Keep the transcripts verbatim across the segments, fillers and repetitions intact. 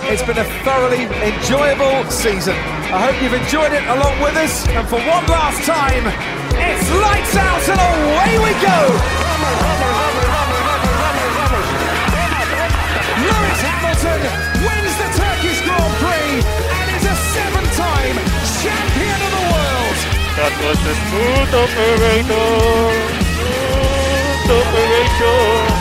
It's been a thoroughly enjoyable season. I hope you've enjoyed it along with us. And for one last time, it's lights out and away we go. Lewis Hamilton wins the Turkish Grand Prix and is a seven-time champion of the world. That was a smooth operator. Smooth operator.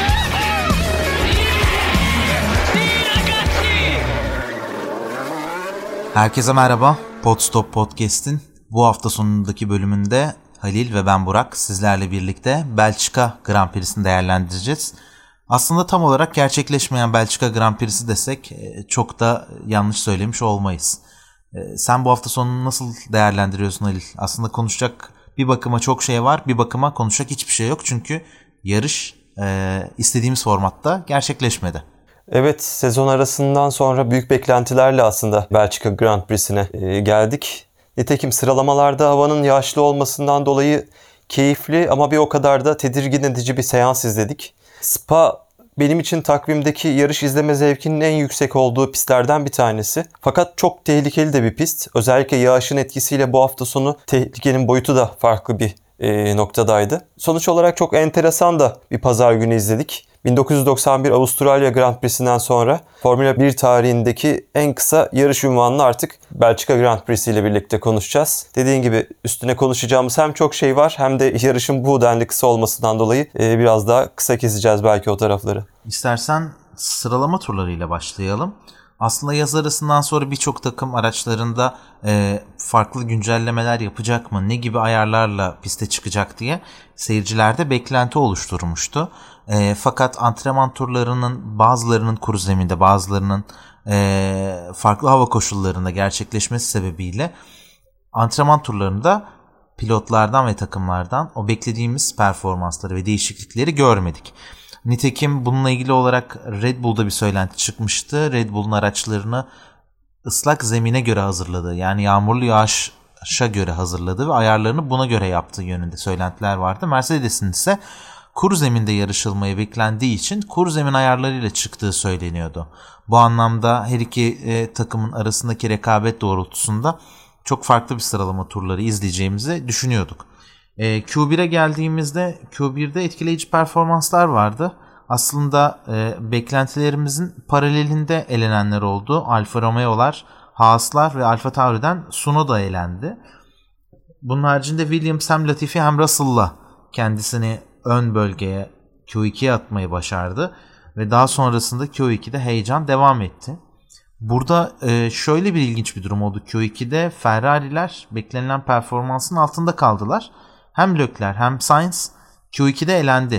Herkese merhaba. Podstop Podcast'in bu hafta sonundaki bölümünde Halil ve ben Burak sizlerle birlikte Belçika Grand Prix'sini değerlendireceğiz. Aslında tam olarak gerçekleşmeyen Belçika Grand Prix'si desek çok da yanlış söylemiş olmayız. Sen bu hafta sonunu nasıl değerlendiriyorsun Halil? Aslında konuşacak bir bakıma çok şey var, bir bakıma konuşacak hiçbir şey yok. Çünkü yarış istediğimiz formatta gerçekleşmedi. Evet, sezon arasından sonra büyük beklentilerle aslında Belçika Grand Prix'sine e, geldik. Nitekim sıralamalarda havanın yağışlı olmasından dolayı keyifli ama bir o kadar da tedirgin edici bir seans izledik. Spa benim için takvimdeki yarış izleme zevkinin en yüksek olduğu pistlerden bir tanesi. Fakat çok tehlikeli de bir pist. Özellikle yağışın etkisiyle bu hafta sonu tehlikenin boyutu da farklı bir e, noktadaydı. Sonuç olarak çok enteresan da bir pazar günü izledik. bin dokuz yüz doksan bir Avustralya Grand Prix'sinden sonra Formula bir tarihindeki en kısa yarış unvanını artık Belçika Grand Prix'si ile birlikte konuşacağız. Dediğin gibi üstüne konuşacağımız hem çok şey var hem de yarışın bu denli kısa olmasından dolayı biraz daha kısa keseceğiz belki o tarafları. İstersen sıralama turlarıyla başlayalım. Aslında yaz arasından sonra birçok takım araçlarında e, farklı güncellemeler yapacak mı, ne gibi ayarlarla piste çıkacak diye seyircilerde beklenti oluşturmuştu. E, fakat antrenman turlarının bazılarının kuru zeminde, bazılarının e, farklı hava koşullarında gerçekleşmesi sebebiyle antrenman turlarında pilotlardan ve takımlardan o beklediğimiz performansları ve değişiklikleri görmedik. Nitekim bununla ilgili olarak Red Bull'da bir söylenti çıkmıştı. Red Bull'un araçlarını ıslak zemine göre hazırladığı, yani yağmurlu yağışa göre hazırladığı ve ayarlarını buna göre yaptığı yönünde söylentiler vardı. Mercedes'in ise kuru zeminde yarışılmayı beklendiği için kuru zemin ayarlarıyla çıktığı söyleniyordu. Bu anlamda her iki e, takımın arasındaki rekabet doğrultusunda çok farklı bir sıralama turları izleyeceğimizi düşünüyorduk. Q bir'e geldiğimizde Q bir'de etkileyici performanslar vardı. Aslında e, beklentilerimizin paralelinde elenenler oldu. Alfa Romeo'lar, Haas'lar ve Alfa Tauri'den Tsunoda elendi. Bunun haricinde Williams hem Latifi hem Russell'la kendisini ön bölgeye Q iki'ye atmayı başardı. Ve daha sonrasında Q iki'de heyecan devam etti. Burada e, şöyle bir ilginç bir durum oldu. Q iki'de Ferrari'ler beklenilen performansın altında kaldılar. Hem Leclerc hem Sainz Q iki'de elendi.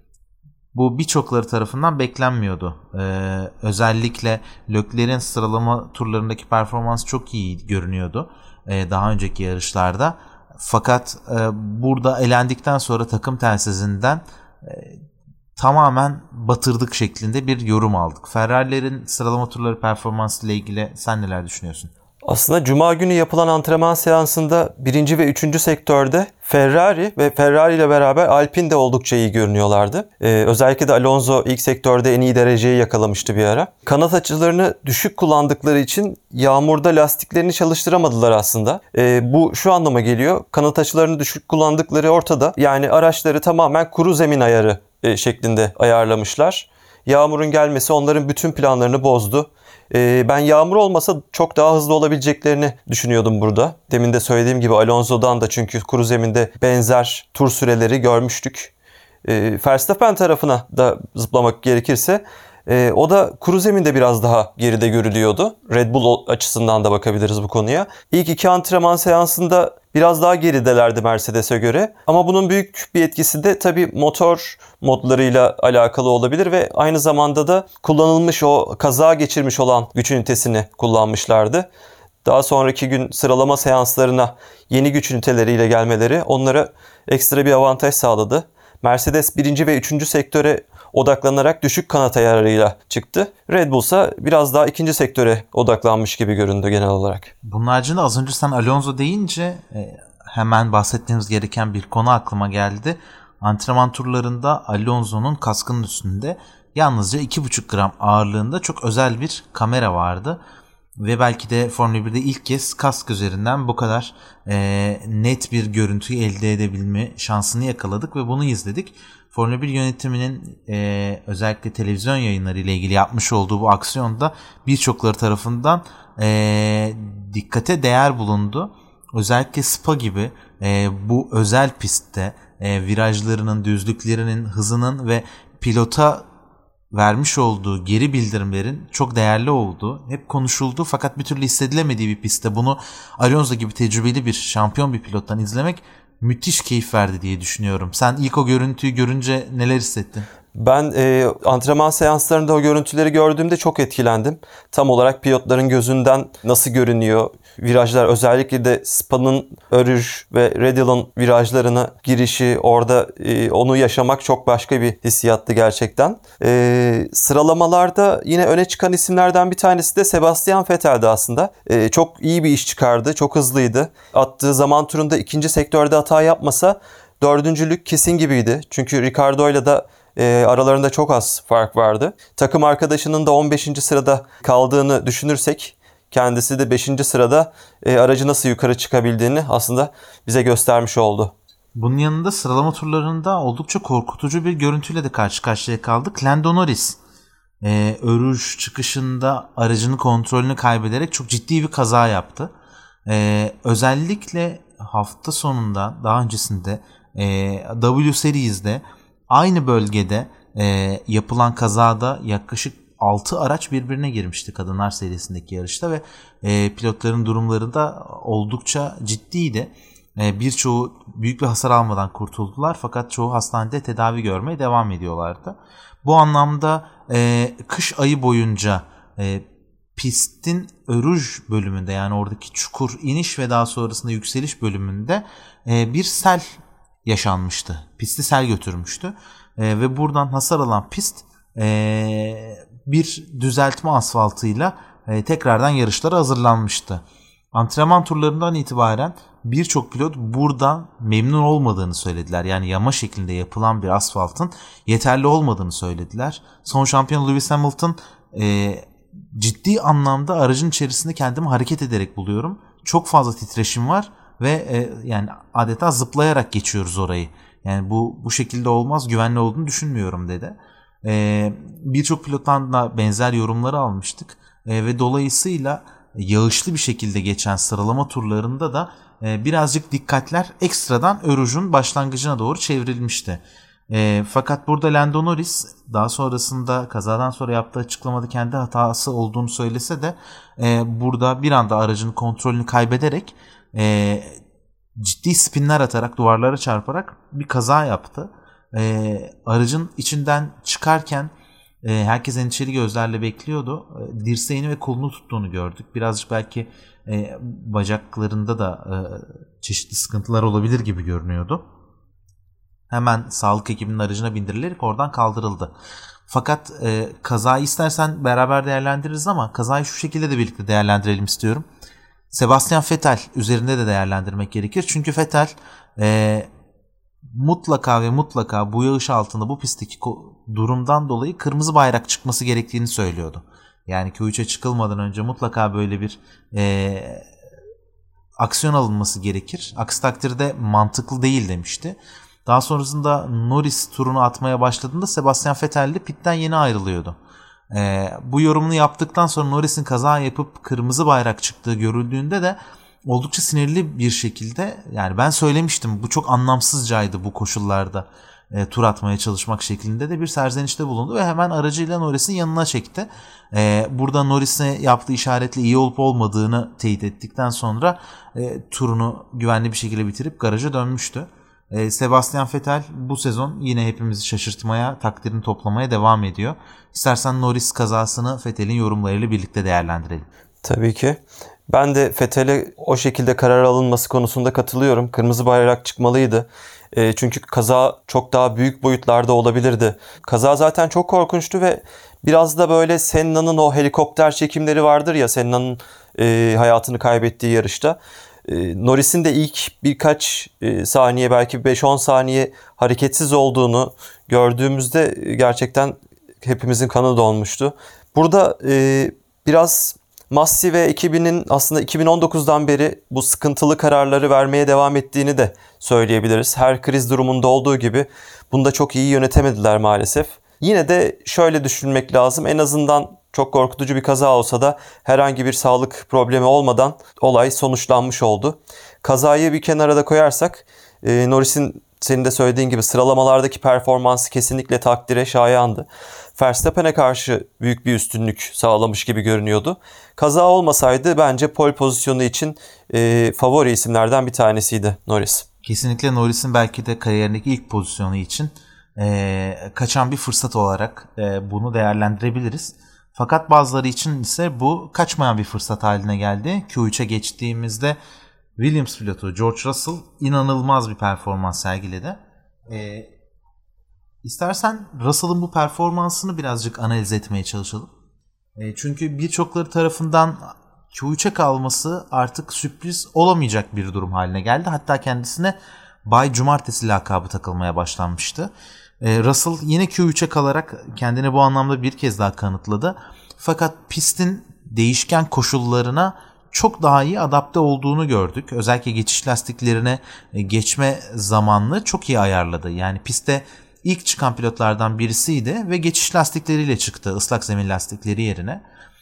Bu birçokları tarafından beklenmiyordu. Ee, özellikle Leclerc'in sıralama turlarındaki performansı çok iyi görünüyordu ee, daha önceki yarışlarda. Fakat e, burada elendikten sonra takım telsizinden e, tamamen batırdık şeklinde bir yorum aldık. Ferrari'lerin sıralama turları performansı ile ilgili sen neler düşünüyorsun? Aslında Cuma günü yapılan antrenman seansında birinci ve üçüncü sektörde Ferrari ve Ferrari ile beraber Alpine de oldukça iyi görünüyorlardı. Ee, özellikle de Alonso ilk sektörde en iyi dereceyi yakalamıştı bir ara. Kanat açılarını düşük kullandıkları için yağmurda lastiklerini çalıştıramadılar aslında. Ee, bu şu anlama geliyor. Kanat açılarını düşük kullandıkları ortada. Yani araçları tamamen kuru zemin ayarı e, şeklinde ayarlamışlar. Yağmurun gelmesi onların bütün planlarını bozdu. Ben yağmur olmasa çok daha hızlı olabileceklerini düşünüyordum burada. Demin de söylediğim gibi Alonso'dan da çünkü kuru zeminde benzer tur süreleri görmüştük. Verstappen tarafına da zıplamak gerekirse o da kuru zeminde biraz daha geride görülüyordu. Red Bull açısından da bakabiliriz bu konuya. İlk iki antrenman seansında biraz daha geridelerdi Mercedes'e göre. Ama bunun büyük bir etkisi de tabii motor modlarıyla alakalı olabilir ve aynı zamanda da kullanılmış o kaza geçirmiş olan güç ünitesini kullanmışlardı. Daha sonraki gün sıralama seanslarına yeni güç üniteleriyle gelmeleri onlara ekstra bir avantaj sağladı. Mercedes birinci ve üçüncü sektöre odaklanarak düşük kanat ayarlarıyla çıktı. Red Bull ise biraz daha ikinci sektöre odaklanmış gibi göründü genel olarak. Bunun haricinde az önce sen Alonso deyince hemen bahsettiğimiz gereken bir konu aklıma geldi. Antrenman turlarında Alonso'nun kaskının üstünde yalnızca iki buçuk gram ağırlığında çok özel bir kamera vardı. Ve belki de Formula birde ilk kez kask üzerinden bu kadar e, net bir görüntüyü elde edebilme şansını yakaladık ve bunu izledik. Formula bir yönetiminin e, özellikle televizyon yayınları ile ilgili yapmış olduğu bu aksiyonda birçokları tarafından e, dikkate değer bulundu. Özellikle Spa gibi e, bu özel pistte e, virajlarının, düzlüklerinin, hızının ve pilota vermiş olduğu geri bildirimlerin çok değerli olduğu hep konuşuldu, fakat bir türlü hissedilemediği bir pistte bunu Alonso gibi tecrübeli bir şampiyon bir pilottan izlemek müthiş keyif verdi diye düşünüyorum. Sen ilk o görüntüyü görünce neler hissettin? Ben e, antrenman seanslarında o görüntüleri gördüğümde çok etkilendim. Tam olarak pilotların gözünden nasıl görünüyor virajlar, özellikle de Spa'nın Eau ve Red Bull'un virajlarına girişi, orada e, onu yaşamak çok başka bir hissiyattı gerçekten. E, sıralamalarda yine öne çıkan isimlerden bir tanesi de Sebastian Vettel'di aslında. E, çok iyi bir iş çıkardı, çok hızlıydı. Attığı zaman turunda ikinci sektörde hata yapmasa dördüncülük kesin gibiydi. Çünkü Ricardo'yla da E, aralarında çok az fark vardı. Takım arkadaşının da on beşinci sırada kaldığını düşünürsek kendisi de beşinci sırada e, aracı nasıl yukarı çıkabildiğini aslında bize göstermiş oldu. Bunun yanında sıralama turlarında oldukça korkutucu bir görüntüyle de karşı karşıya kaldık. Lando Norris e, Örüş çıkışında aracının kontrolünü kaybederek çok ciddi bir kaza yaptı. E, özellikle hafta sonunda daha öncesinde e, W Series'de aynı bölgede e, yapılan kazada yaklaşık altı araç birbirine girmişti kadınlar serisindeki yarışta ve e, pilotların durumları da oldukça ciddiydi. E, birçoğu büyük bir hasar almadan kurtuldular, fakat çoğu hastanede tedavi görmeye devam ediyorlardı. Bu anlamda e, kış ayı boyunca e, pistin Öruj bölümünde, yani oradaki çukur iniş ve daha sonrasında yükseliş bölümünde e, bir sel yaşanmıştı. Pisti sel götürmüştü. E, ve buradan hasar alan pist e, bir düzeltme asfaltıyla e, tekrardan yarışlara hazırlanmıştı. Antrenman turlarından itibaren birçok pilot buradan memnun olmadığını söylediler. Yani yama şeklinde yapılan bir asfaltın yeterli olmadığını söylediler. Son şampiyon Lewis Hamilton e, ciddi anlamda aracın içerisinde kendimi hareket ederek buluyorum. Çok fazla titreşim var ve e, yani adeta zıplayarak geçiyoruz orayı. Yani bu bu şekilde olmaz, güvenli olduğunu düşünmüyorum dedi. E, Birçok pilottan da benzer yorumları almıştık e, ve dolayısıyla yağışlı bir şekilde geçen sıralama turlarında da e, birazcık dikkatler ekstradan Örüj'ün başlangıcına doğru çevrilmişti. E, fakat burada Lando Norris daha sonrasında kazadan sonra yaptığı açıklamada kendi hatası olduğunu söylese de e, burada bir anda aracın kontrolünü kaybederek e, ciddi spinler atarak, duvarlara çarparak bir kaza yaptı. E, aracın içinden çıkarken e, herkes endişeli gözlerle bekliyordu. E, dirseğini ve kolunu tuttuğunu gördük. Birazcık belki e, bacaklarında da e, çeşitli sıkıntılar olabilir gibi görünüyordu. Hemen sağlık ekibinin aracına bindirilerek oradan kaldırıldı. Fakat e, kazayı istersen beraber değerlendiririz ama kazayı şu şekilde de birlikte değerlendirelim istiyorum. Sebastian Vettel üzerinde de değerlendirmek gerekir. Çünkü Vettel e, mutlaka ve mutlaka bu yağış altında bu pistteki durumdan dolayı kırmızı bayrak çıkması gerektiğini söylüyordu. Yani Q üçe çıkılmadan önce mutlaka böyle bir e, aksiyon alınması gerekir. Aksi takdirde mantıklı değil demişti. Daha sonrasında Norris turunu atmaya başladığında Sebastian Vettel de pitten yeni ayrılıyordu. Ee, bu yorumunu yaptıktan sonra Norris'in kaza yapıp kırmızı bayrak çıktığı görüldüğünde de oldukça sinirli bir şekilde, yani ben söylemiştim bu çok anlamsızcaydı bu koşullarda e, tur atmaya çalışmak şeklinde de bir serzenişte bulundu ve hemen aracıyla Norris'in yanına çekti. E, burada Norris'e yaptığı işaretle iyi olup olmadığını teyit ettikten sonra e, turunu güvenli bir şekilde bitirip garaja dönmüştü. Sebastian Vettel bu sezon yine hepimizi şaşırtmaya, takdirini toplamaya devam ediyor. İstersen Norris kazasını Vettel'in yorumlarıyla birlikte değerlendirelim. Tabii ki. Ben de Vettel'e o şekilde karar alınması konusunda katılıyorum. Kırmızı bayrak çıkmalıydı. E, çünkü kaza çok daha büyük boyutlarda olabilirdi. Kaza zaten çok korkunçtu ve biraz da böyle Senna'nın o helikopter çekimleri vardır ya, Senna'nın e, hayatını kaybettiği yarışta. Norris'in de ilk birkaç saniye, belki beş on saniye hareketsiz olduğunu gördüğümüzde gerçekten hepimizin kanı donmuştu. Burada e, biraz Massi ve ekibinin aslında iki bin on dokuzdan beri bu sıkıntılı kararları vermeye devam ettiğini de söyleyebiliriz. Her kriz durumunda olduğu gibi bunu da çok iyi yönetemediler maalesef. Yine de şöyle düşünmek lazım. En azından çok korkutucu bir kaza olsa da herhangi bir sağlık problemi olmadan olay sonuçlanmış oldu. Kazayı bir kenara da koyarsak e, Norris'in senin de söylediğin gibi sıralamalardaki performansı kesinlikle takdire şayandı. Verstappen'e karşı büyük bir üstünlük sağlamış gibi görünüyordu. Kaza olmasaydı bence pole pozisyonu için e, favori isimlerden bir tanesiydi Norris. Kesinlikle Norris'in belki de kariyerindeki ilk pozisyonu için e, kaçan bir fırsat olarak e, bunu değerlendirebiliriz. Fakat bazıları için ise bu kaçmayan bir fırsat haline geldi. Q üçe geçtiğimizde Williams pilotu George Russell inanılmaz bir performans sergiledi. E, istersen Russell'ın bu performansını birazcık analiz etmeye çalışalım. E, çünkü birçokları tarafından Q üçe kalması artık sürpriz olamayacak bir durum haline geldi. Hatta kendisine Bay Cumartesi lakabı takılmaya başlanmıştı. E, Russell yine Q üçe kalarak kendini bu anlamda bir kez daha kanıtladı. Fakat pistin değişken koşullarına çok daha iyi adapte olduğunu gördük. Özellikle geçiş lastiklerine geçme zamanını çok iyi ayarladı. Yani pistte ilk çıkan pilotlardan birisiydi ve geçiş lastikleriyle çıktı, ıslak zemin lastikleri yerine.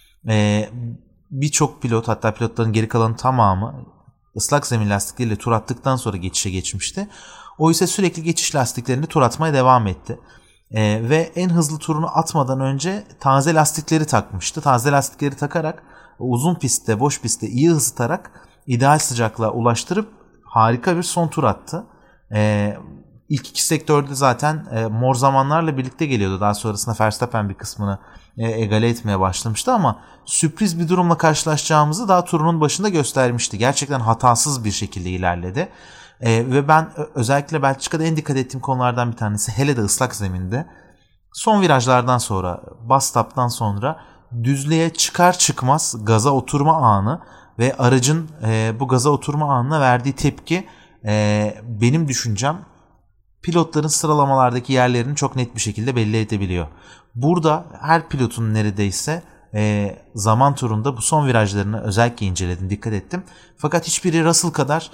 Ee, Birçok pilot, hatta pilotların geri kalanı tamamı ıslak zemin lastikleriyle tur attıktan sonra geçişe geçmişti. O ise sürekli geçiş lastiklerini tur atmaya devam etti. Ee, ve en hızlı turunu atmadan önce taze lastikleri takmıştı. Taze lastikleri takarak uzun pistte, boş pistte iyi ısıtarak ideal sıcaklığa ulaştırıp harika bir son tur attı. Ee, ilk iki sektörde zaten e, mor zamanlarla birlikte geliyordu. Daha sonrasında Verstappen bir kısmını e, egale etmeye başlamıştı ama sürpriz bir durumla karşılaşacağımızı daha turunun başında göstermişti. Gerçekten hatasız bir şekilde ilerledi. E, ve ben özellikle Belçika'da en dikkat ettiğim konulardan bir tanesi, hele de ıslak zeminde, son virajlardan sonra, bus stop'tan sonra düzlüğe çıkar çıkmaz gaza oturma anı ve aracın e, bu gaza oturma anına verdiği tepki, e, benim düşüncem pilotların sıralamalardaki yerlerini çok net bir şekilde belli edebiliyor. Burada her pilotun neredeyse e, zaman turunda bu son virajlarını özellikle inceledim, dikkat ettim. Fakat hiçbiri Russell kadar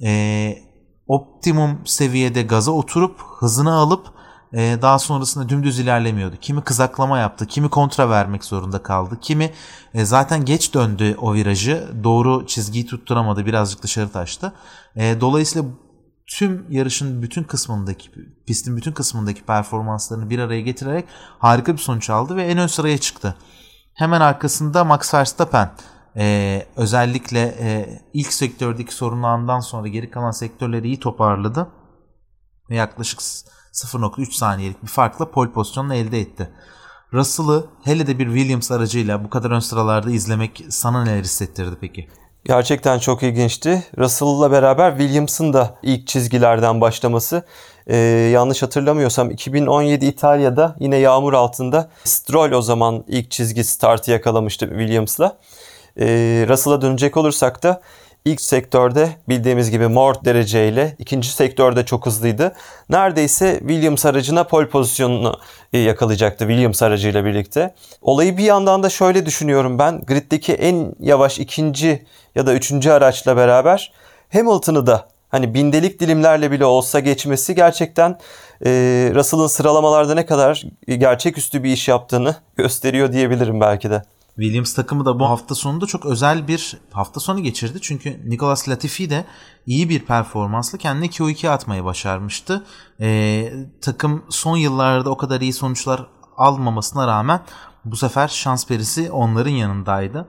e, optimum seviyede gaza oturup hızını alıp e, daha sonrasında dümdüz ilerlemiyordu. Kimi kızaklama yaptı, kimi kontra vermek zorunda kaldı, kimi e, zaten geç döndü o virajı, doğru çizgiyi tutturamadı, birazcık dışarı taştı. E, dolayısıyla tüm yarışın bütün kısmındaki, pistin bütün kısmındaki performanslarını bir araya getirerek harika bir sonuç aldı ve en ön sıraya çıktı. Hemen arkasında Max Verstappen e, özellikle e, ilk sektördeki sorunlarından sonra geri kalan sektörleri iyi toparladı ve yaklaşık sıfır nokta üç saniyelik bir farkla pole pozisyonunu elde etti. Russell'ı hele de bir Williams aracıyla bu kadar ön sıralarda izlemek sana neler hissettirdi peki? Gerçekten çok ilginçti. Russell'la beraber Williams'ın da ilk çizgilerden başlaması. Ee, yanlış hatırlamıyorsam iki bin on yedi İtalya'da yine yağmur altında Stroll o zaman ilk çizgi startı yakalamıştı Williams'la. Ee, Russell'a dönecek olursak da ilk sektörde bildiğimiz gibi mor dereceyle, ikinci sektörde çok hızlıydı. Neredeyse Williams aracına pole pozisyonunu yakalayacaktı Williams aracıyla birlikte. Olayı bir yandan da şöyle düşünüyorum ben. Griddeki en yavaş ikinci ya da üçüncü araçla beraber Hamilton'ı da hani bindelik dilimlerle bile olsa geçmesi gerçekten e, Russell'ın sıralamalarda ne kadar gerçeküstü bir iş yaptığını gösteriyor diyebilirim belki de. Williams takımı da bu hafta sonunda çok özel bir hafta sonu geçirdi. Çünkü Nicolas Latifi de iyi bir performansla kendini Q ikiye atmayı başarmıştı. Ee, takım son yıllarda o kadar iyi sonuçlar almamasına rağmen bu sefer şans perisi onların yanındaydı.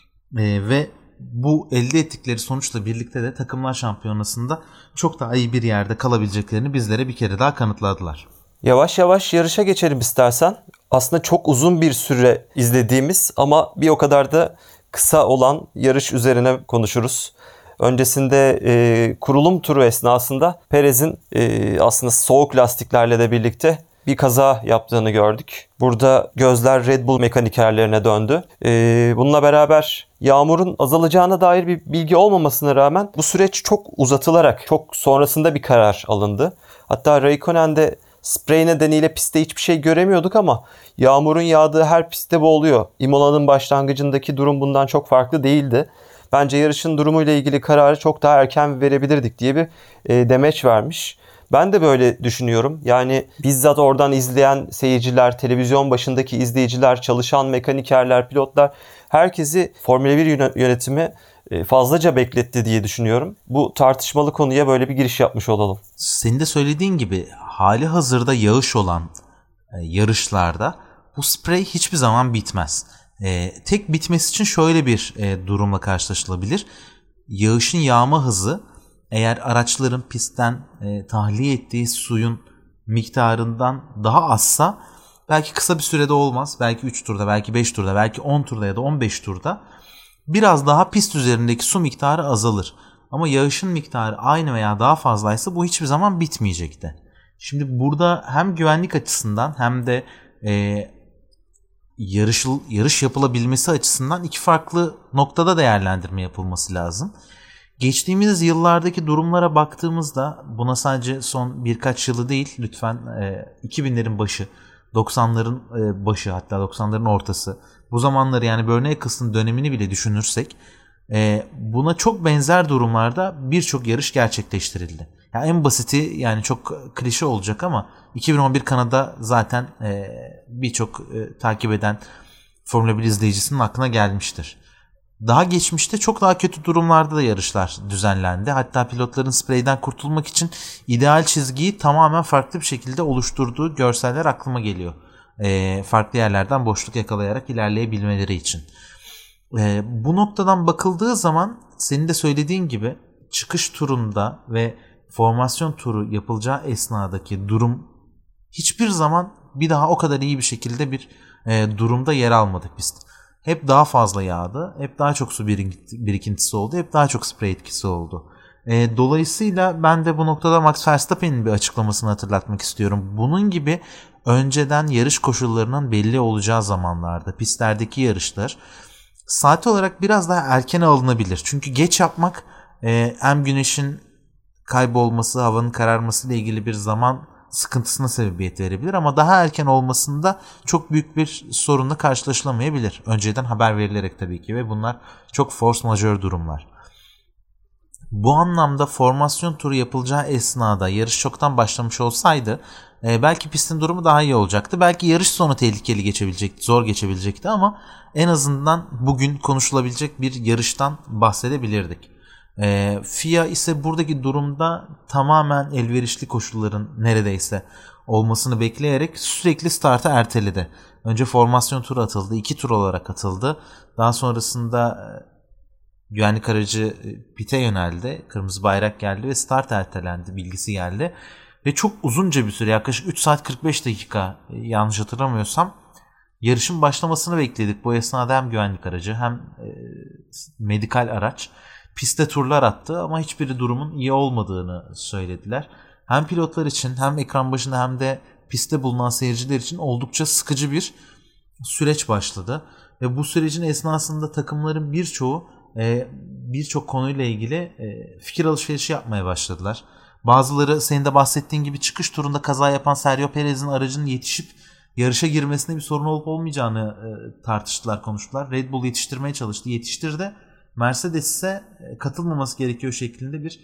Ee, ve bu elde ettikleri sonuçla birlikte de Takımlar Şampiyonası'nda çok daha iyi bir yerde kalabileceklerini bizlere bir kere daha kanıtladılar. Yavaş yavaş yarışa geçelim istersen. Aslında çok uzun bir süre izlediğimiz ama bir o kadar da kısa olan yarış üzerine konuşuruz. Öncesinde e, kurulum turu esnasında Perez'in e, aslında soğuk lastiklerle de birlikte bir kaza yaptığını gördük. Burada gözler Red Bull mekanikerlerine döndü. E, bununla beraber yağmurun azalacağına dair bir bilgi olmamasına rağmen bu süreç çok uzatılarak çok sonrasında bir karar alındı. Hatta Raikkonen de Sprey nedeniyle pistte hiçbir şey göremiyorduk ama yağmurun yağdığı her pistte bu oluyor. Imola'nın başlangıcındaki durum bundan çok farklı değildi. Bence yarışın durumuyla ilgili kararı çok daha erken verebilirdik diye bir e, demeç vermiş. Ben de böyle düşünüyorum. Yani bizzat oradan izleyen seyirciler, televizyon başındaki izleyiciler, çalışan mekanikerler, pilotlar, herkesi Formula bir yönetimi fazlaca bekletti diye düşünüyorum. Bu tartışmalı konuya böyle bir giriş yapmış olalım. Senin de söylediğin gibi hali hazırda yağış olan yarışlarda bu sprey hiçbir zaman bitmez. E, tek bitmesi için şöyle bir e, durumla karşılaşılabilir. Yağışın yağma hızı eğer araçların pistten e, tahliye ettiği suyun miktarından daha azsa belki kısa bir sürede olmaz. Belki üç turda, belki beş turda, belki on turda ya da on beş turda biraz daha pist üzerindeki su miktarı azalır. Ama yağışın miktarı aynı veya daha fazlaysa bu hiçbir zaman bitmeyecekti. Şimdi burada hem güvenlik açısından hem de e, yarış, yarış yapılabilmesi açısından iki farklı noktada değerlendirme yapılması lazım. Geçtiğimiz yıllardaki durumlara baktığımızda, buna sadece son birkaç yılı değil, lütfen e, iki binlerin başı, doksanların e, başı, hatta doksanların ortası, bu zamanları yani Bernie Eccleston dönemini bile düşünürsek e, buna çok benzer durumlarda birçok yarış gerçekleştirildi. Yani en basiti, yani çok klişe olacak ama iki bin on bir Kanada zaten e, birçok e, takip eden Formula bir izleyicisinin aklına gelmiştir. Daha geçmişte çok daha kötü durumlarda da yarışlar düzenlendi. Hatta pilotların spreyden kurtulmak için ideal çizgiyi tamamen farklı bir şekilde oluşturduğu görseller aklıma geliyor. E, farklı yerlerden boşluk yakalayarak ilerleyebilmeleri için. E, bu noktadan bakıldığı zaman senin de söylediğin gibi çıkış turunda ve formasyon turu yapılacağı esnadaki durum hiçbir zaman bir daha o kadar iyi bir şekilde bir e, durumda yer almadı pist. Hep daha fazla yağdı, hep daha çok su birikintisi oldu, hep daha çok sprey etkisi oldu. E, dolayısıyla ben de bu noktada Max Verstappen'in bir açıklamasını hatırlatmak istiyorum. Bunun gibi önceden yarış koşullarının belli olacağı zamanlarda pistlerdeki yarışlar saat olarak biraz daha erken alınabilir. Çünkü geç yapmak e, hem güneşin kaybolması, havanın kararması ile ilgili bir zaman sıkıntısına sebebiyet verebilir ama daha erken olmasında çok büyük bir sorunla karşılaşılamayabilir. Önceden haber verilerek tabii ki ve bunlar çok force majeure durumlar. Bu anlamda formasyon turu yapılacağı esnada yarış çoktan başlamış olsaydı e, belki pistin durumu daha iyi olacaktı. Belki yarış sonu tehlikeli geçebilecekti, zor geçebilecekti ama en azından bugün konuşulabilecek bir yarıştan bahsedebilirdik. E, F I A ise buradaki durumda tamamen elverişli koşulların neredeyse olmasını bekleyerek sürekli startı erteledi. Önce formasyon turu atıldı, iki tur olarak atıldı. Daha sonrasında güvenlik aracı pite yöneldi, kırmızı bayrak geldi ve start ertelendi bilgisi geldi. Ve çok uzunca bir süre, yaklaşık üç saat kırk beş dakika yanlış hatırlamıyorsam yarışın başlamasını bekledik. Bu esnada hem güvenlik aracı hem e, medikal araç piste turlar attı ama hiçbiri durumun iyi olmadığını söylediler. Hem pilotlar için hem ekran başında hem de pistte bulunan seyirciler için oldukça sıkıcı bir süreç başladı. Ve bu sürecin esnasında takımların birçoğu e, birçok konuyla ilgili e, fikir alışverişi yapmaya başladılar. Bazıları senin de bahsettiğin gibi çıkış turunda kaza yapan Sergio Perez'in aracının yetişip yarışa girmesinde bir sorun olup olmayacağını e, tartıştılar, konuştular. Red Bull yetiştirmeye çalıştı, yetiştirdi. Mercedes ise katılmaması gerekiyor şeklinde bir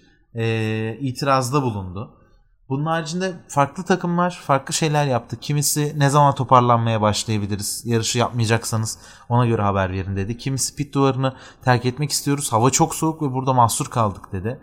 e, itirazda bulundu. Bunun haricinde farklı takımlar farklı şeyler yaptı. Kimisi ne zaman toparlanmaya başlayabiliriz, yarışı yapmayacaksanız ona göre haber verin dedi. Kimisi pit duvarını terk etmek istiyoruz, hava çok soğuk ve burada mahsur kaldık dedi.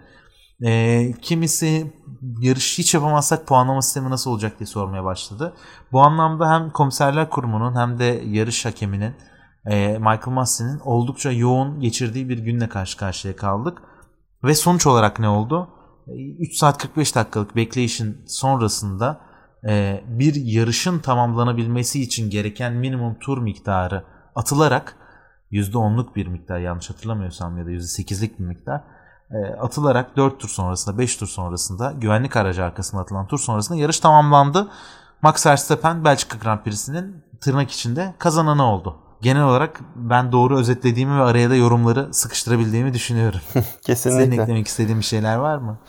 E, kimisi yarış hiç yapamazsak puanlama sistemi nasıl olacak diye sormaya başladı. Bu anlamda hem komiserler kurumunun hem de yarış hakeminin e, Michael Massey'nin oldukça yoğun geçirdiği bir günle karşı karşıya kaldık. Ve sonuç olarak ne oldu? üç saat kırk beş dakikalık bekleyişin sonrasında e, bir yarışın tamamlanabilmesi için gereken minimum tur miktarı atılarak yüzde onluk bir miktar, yanlış hatırlamıyorsam, ya da yüzde sekizlik bir miktar e, atılarak dört tur sonrasında, beş tur sonrasında, güvenlik aracı arkasına atılan tur sonrasında yarış tamamlandı. Max Verstappen Belçika Grand Prix'sinin tırnak içinde kazananı oldu. Genel olarak ben doğru özetlediğimi ve araya da yorumları sıkıştırabildiğimi düşünüyorum. Kesinlikle. Senin eklemek istediğin bir şeyler var mı?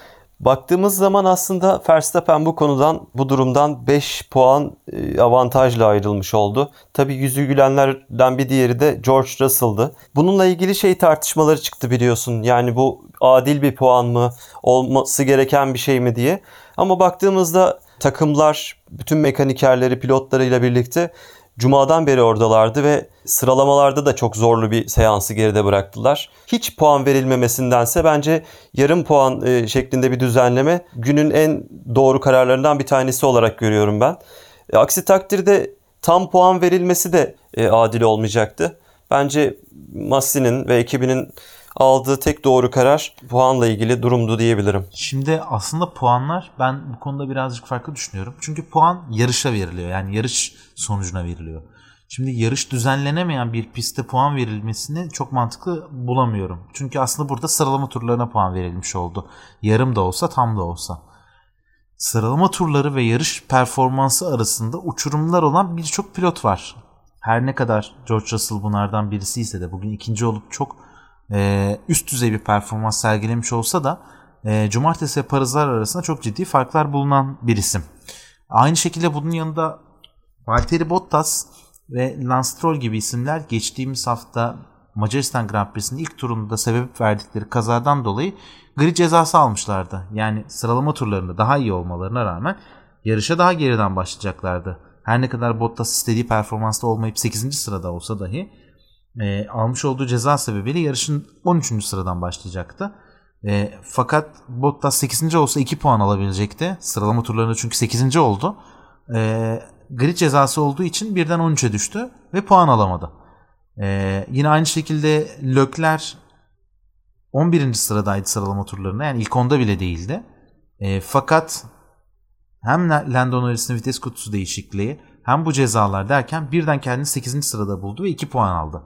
Baktığımız zaman aslında Verstappen bu konudan, bu durumdan beş puan avantajla ayrılmış oldu. Tabii yüzü gülenlerden bir diğeri de George Russell'dı. Bununla ilgili şey tartışmaları çıktı biliyorsun. Yani bu adil bir puan mı, olması gereken bir şey mi diye. Ama baktığımızda takımlar, bütün mekanikerleri, pilotlarıyla birlikte Cuma'dan beri oradalardı ve sıralamalarda da çok zorlu bir seansı geride bıraktılar. Hiç puan verilmemesindense bence yarım puan e, şeklinde bir düzenleme günün en doğru kararlarından bir tanesi olarak görüyorum ben. E, aksi takdirde tam puan verilmesi de e, adil olmayacaktı. Bence Massey'nin ve ekibinin aldığı tek doğru karar puanla ilgili durumdu diyebilirim. Şimdi aslında puanlar, ben bu konuda birazcık farklı düşünüyorum. Çünkü puan yarışa veriliyor. Yani yarış sonucuna veriliyor. Şimdi yarış düzenlenemeyen bir pistte puan verilmesini çok mantıklı bulamıyorum. Çünkü aslında burada sıralama turlarına puan verilmiş oldu. Yarım da olsa, tam da olsa. Sıralama turları ve yarış performansı arasında uçurumlar olan birçok pilot var. Her ne kadar George Russell bunlardan birisi ise de, bugün ikinci olup çok e, üst düzey bir performans sergilemiş olsa da e, cumartesi ve pazar arasında çok ciddi farklar bulunan bir isim. Aynı şekilde bunun yanında Valtteri Bottas ve Lance Stroll gibi isimler geçtiğimiz hafta Macaristan Grand Prix'sinin ilk turunda sebep verdikleri kazadan dolayı grid cezası almışlardı. Yani sıralama turlarında daha iyi olmalarına rağmen yarışa daha geriden başlayacaklardı. Her ne kadar Bottas istediği performansta olmayıp sekizinci sırada olsa dahi e, almış olduğu ceza sebebiyle yarışın on üçüncü sıradan başlayacaktı. E, fakat Bottas sekizinci olsa iki puan alabilecekti. Sıralama turlarında çünkü sekizinci oldu. E, grid cezası olduğu için birden on üçe düştü ve puan alamadı. E, yine aynı şekilde Leclerc on birinci sıradaydı sıralama turlarında. Yani ilk onda bile değildi. E, fakat hem Lando Norris'in vites kutusu değişikliği hem bu cezalar derken birden kendini sekizinci sırada buldu ve iki puan aldı.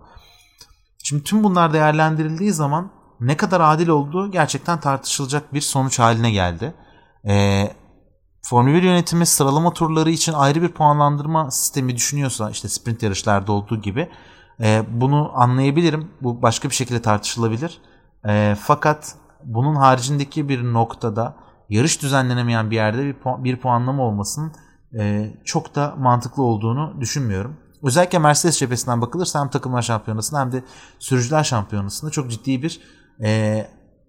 Şimdi tüm bunlar değerlendirildiği zaman ne kadar adil olduğu gerçekten tartışılacak bir sonuç haline geldi. Ee, Formula bir yönetimi sıralama turları için ayrı bir puanlandırma sistemi düşünüyorsa, işte sprint yarışlarda olduğu gibi, e, bunu anlayabilirim. Bu başka bir şekilde tartışılabilir. E, fakat bunun haricindeki bir noktada yarış düzenlenemeyen bir yerde bir, pu- bir puanlama olmasının e, çok da mantıklı olduğunu düşünmüyorum. Özellikle Mercedes cephesinden bakılırsa hem takımlar şampiyonasında hem de sürücüler şampiyonasında çok ciddi bir e,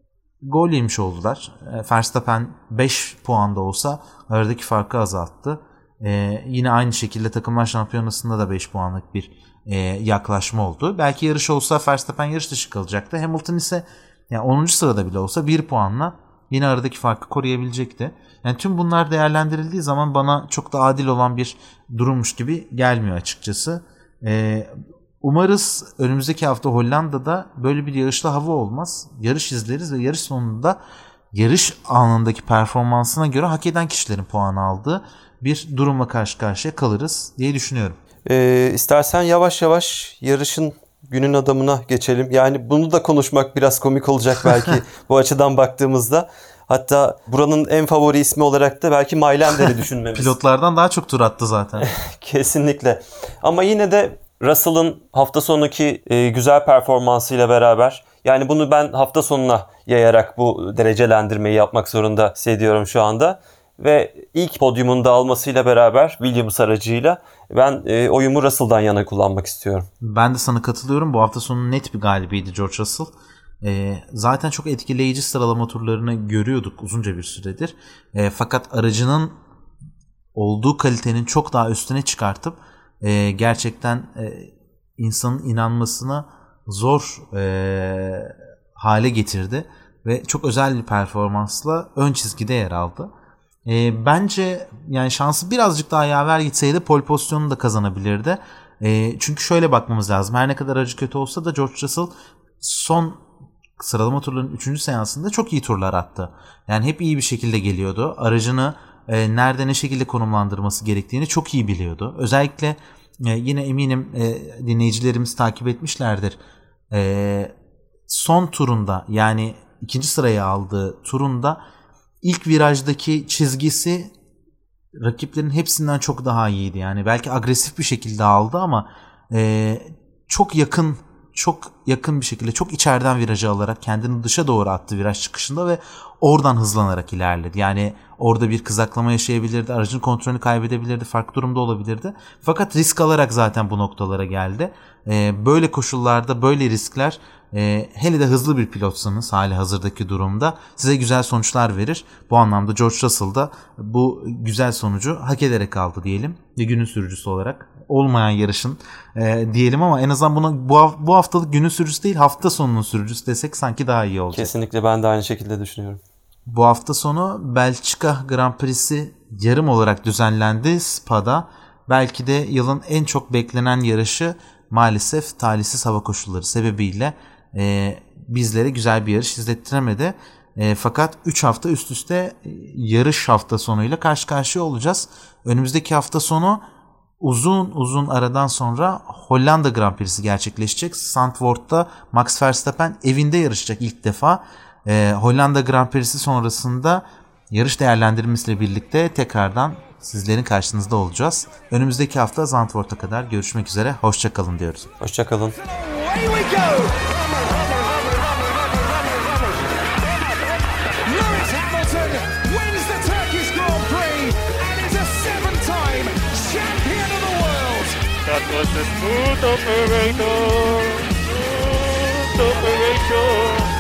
gol yemiş oldular. E, Verstappen beş puanda olsa aradaki farkı azalttı. E, yine aynı şekilde takımlar şampiyonasında da beş puanlık bir e, yaklaşma oldu. Belki yarış olsa Verstappen yarış dışı kalacaktı. Hamilton ise yani onuncu sırada bile olsa bir puanla yine aradaki farkı koruyabilecekti. Yani tüm bunlar değerlendirildiği zaman bana çok da adil olan bir durummuş gibi gelmiyor açıkçası. Ee, umarız önümüzdeki hafta Hollanda'da böyle bir yarışlı hava olmaz. Yarış izleriz ve yarış sonunda yarış anındaki performansına göre hak eden kişilerin puanı aldığı bir durumla karşı karşıya kalırız diye düşünüyorum. Ee, istersen yavaş yavaş yarışın günün adamına geçelim. Yani bunu da konuşmak biraz komik olacak belki bu açıdan baktığımızda. Hatta buranın en favori ismi olarak da belki Maylander'i düşünmemiz. Pilotlardan daha çok tur attı zaten. Kesinlikle. Ama yine de Russell'ın hafta sonuki e, güzel performansıyla beraber, yani bunu ben hafta sonuna yayarak bu derecelendirmeyi yapmak zorunda hissediyorum şu anda. Ve ilk podyumunda almasıyla beraber Williams aracıyla ben e, oyumu Russell'dan yana kullanmak istiyorum. Ben de sana katılıyorum. Bu hafta sonu net bir galibiydi George Russell. E, zaten çok etkileyici sıralama turlarını görüyorduk uzunca bir süredir. E, fakat aracının olduğu kalitenin çok daha üstüne çıkartıp e, gerçekten e, insanın inanmasına zor e, hale getirdi. Ve çok özel bir performansla ön çizgide yer aldı. E, bence yani şansı birazcık daha yaver gitseydi pole pozisyonunu da kazanabilirdi. E, çünkü şöyle bakmamız lazım. Her ne kadar aracı kötü olsa da George Russell son sıralama turlarının üçüncü seansında çok iyi turlar attı. Yani hep iyi bir şekilde geliyordu. Aracını e, nerede ne şekilde konumlandırması gerektiğini çok iyi biliyordu. Özellikle e, yine eminim e, dinleyicilerimiz takip etmişlerdir. E, son turunda, yani ikinci sırayı aldığı turunda İlk virajdaki çizgisi rakiplerin hepsinden çok daha iyiydi. Yani belki agresif bir şekilde aldı ama e, çok yakın çok yakın bir şekilde çok içeriden virajı alarak kendini dışa doğru attı viraj çıkışında ve oradan hızlanarak ilerledi. Yani orada bir kızaklama yaşayabilirdi, aracın kontrolünü kaybedebilirdi, farklı durumda olabilirdi. Fakat risk alarak zaten bu noktalara geldi. Ee, böyle koşullarda böyle riskler e, hele de hızlı bir pilotsanız hali hazırdaki durumda size güzel sonuçlar verir. Bu anlamda George Russell da bu güzel sonucu hak ederek aldı diyelim. Bir günün sürücüsü olarak. Olmayan yarışın e, diyelim ama en azından buna bu, bu haftalık günün sürücüsü değil hafta sonunun sürücüsü desek sanki daha iyi olacak. Kesinlikle ben de aynı şekilde düşünüyorum. Bu hafta sonu Belçika Grand Prix'si yarım olarak düzenlendi Spa'da. Belki de yılın en çok beklenen yarışı maalesef talihsiz hava koşulları sebebiyle e, bizlere güzel bir yarış izlettiremedi. E, fakat üç hafta üst üste yarış hafta sonuyla karşı karşıya olacağız. Önümüzdeki hafta sonu uzun uzun aradan sonra Hollanda Grand Prix'si gerçekleşecek. Zandvoort'ta Max Verstappen evinde yarışacak ilk defa. Ee, Hollanda Grand Prix'si sonrasında yarış değerlendirmesiyle birlikte tekrardan sizlerin karşınızda olacağız. Önümüzdeki hafta Zandvoort'a kadar görüşmek üzere. Hoşça kalın diyoruz. Hoşça kalın. That was the smooth operator, smooth operator.